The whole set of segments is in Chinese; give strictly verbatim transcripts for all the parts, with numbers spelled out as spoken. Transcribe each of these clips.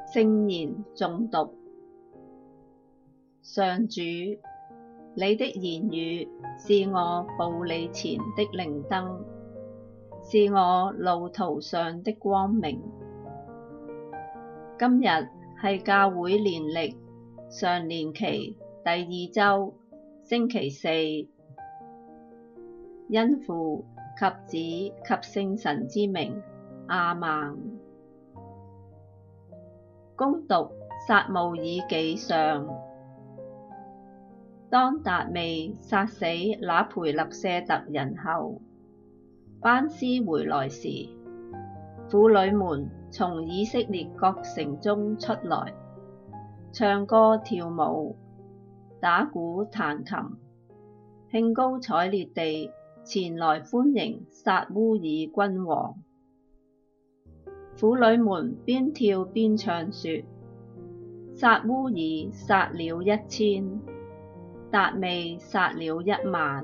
聖言誦讀。上主，你的言語是我步履前的靈燈，是我路途上的光明。今日係教會年曆常年期第二周星期四，因父及子及聖神之名，阿們。恭讀撒慕爾紀上。當達味殺死那培勒舍特人後，班師回來時，婦女們從以色列各城中出來，唱歌跳舞，打鼓彈琴，興高采烈地前來歡迎撒烏耳君王。婦女們邊跳邊唱說：撒烏耳殺了一千，達味殺了一萬。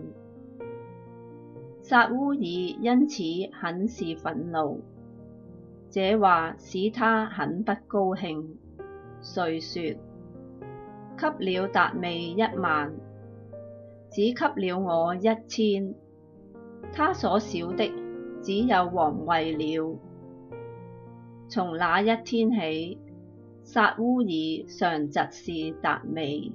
撒烏耳因此很是憤怒，這話使他很不高興，遂說：給了達味一萬，只給了我一千，他所少的只有王位了。從那一天起，撒烏耳常嫉視達味。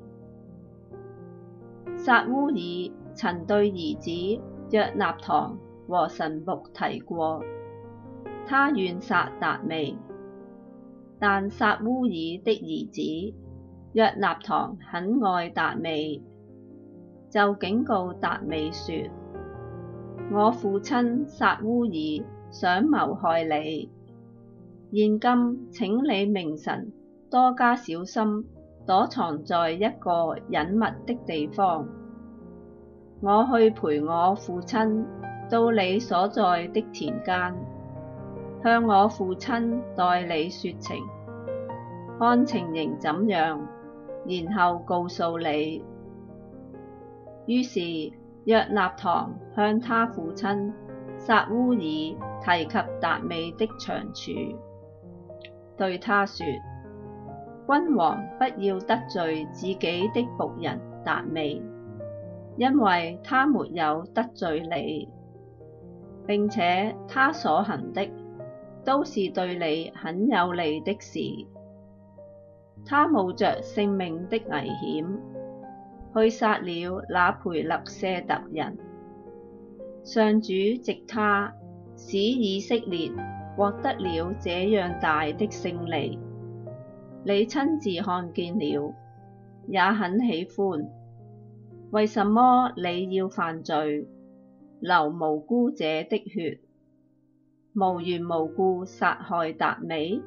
撒烏耳曾對兒子約納堂和臣僕提過，他願殺達味，但撒烏耳的兒子約納堂很愛達味，就警告達味說：我父親撒烏耳想謀害你，現今請你明晨多加小心，躲藏在一個隱密的地方。我去陪我父親到你所在的田間，向我父親代你說情，看情形怎樣，然後告訴你。於是約納堂向他父親撒烏耳提及達味的長處，對他說：君王不要得罪自己的僕人達味，因為他沒有得罪你，並且他所行的都是對你很有利的事。他冒着性命的危險，去殺了那培勒舍特人。上主藉他使以色列獲得了這樣大的勝利，你親自看見了，也很喜歡。為什麼你要犯罪，流無辜者的血，無緣無故殺害達味？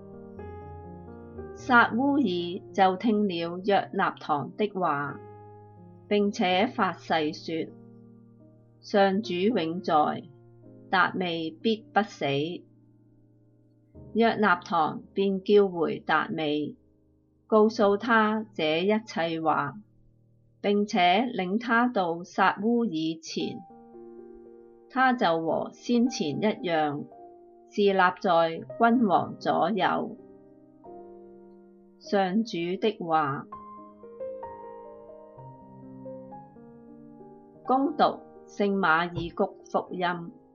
撒烏耳就聽了約納堂的話，並且發誓說：上主永在，達味必不死。約納堂便叫回達味，告訴他這一切話，並且領他到撒烏耳前，他就和先前一樣，侍立在君王左右。上主的話。恭讀聖馬爾谷福音。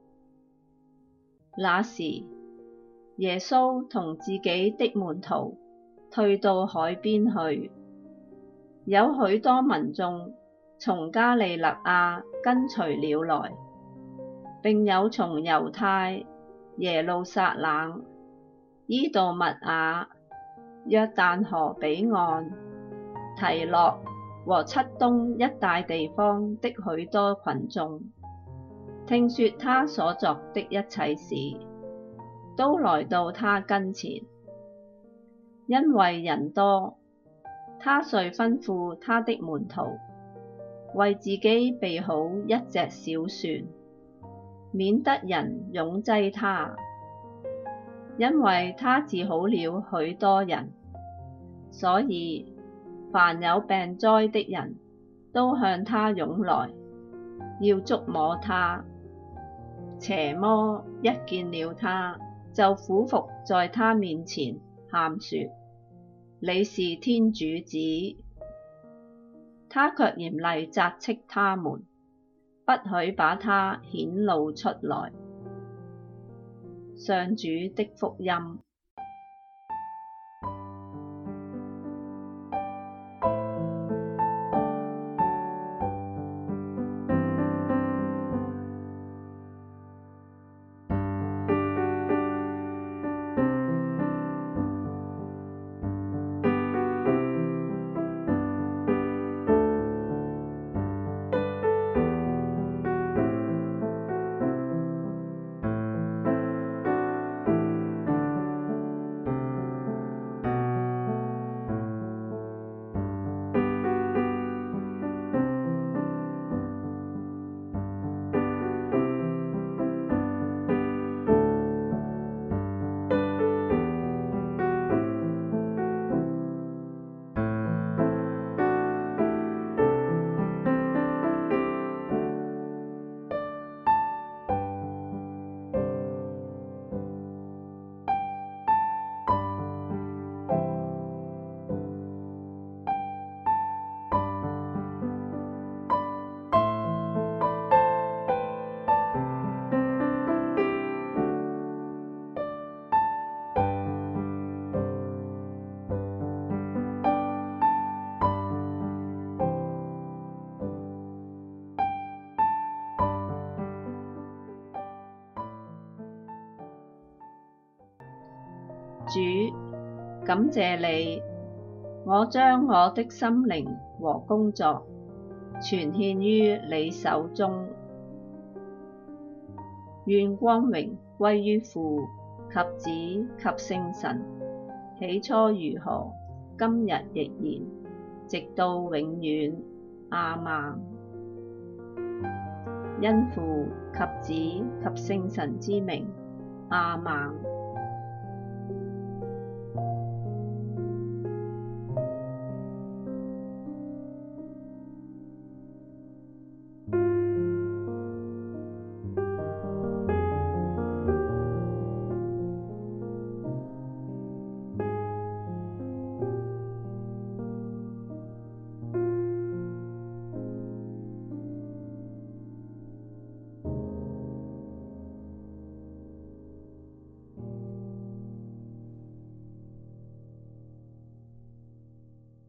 那時，耶穌同自己的門徒退到海邊去，有許多民眾從加里肋亞跟隨了來，並有從猶太、耶路撒冷、依杜默雅、約旦河彼岸、提洛和漆冬一帶地方的許多群眾，聽說他所作的一切事，都來到他跟前。因為人多，他遂吩咐他的門徒，為自己備好一隻小船，免得人擁擠他，因為他治好了許多人，所以凡有病災的人都向他湧來，要觸摸他。邪魔一見了他，就俯伏在他面前，喊說： 你是天主子。他卻嚴厲責斥他們，不許把他顯露出來。上主的福音。主，感謝你，我將我的心靈和工作全獻於你手中。願光榮歸於父及子及聖神，起初如何，今日亦然，直到永遠。阿們。因父及子及聖神之名。阿們。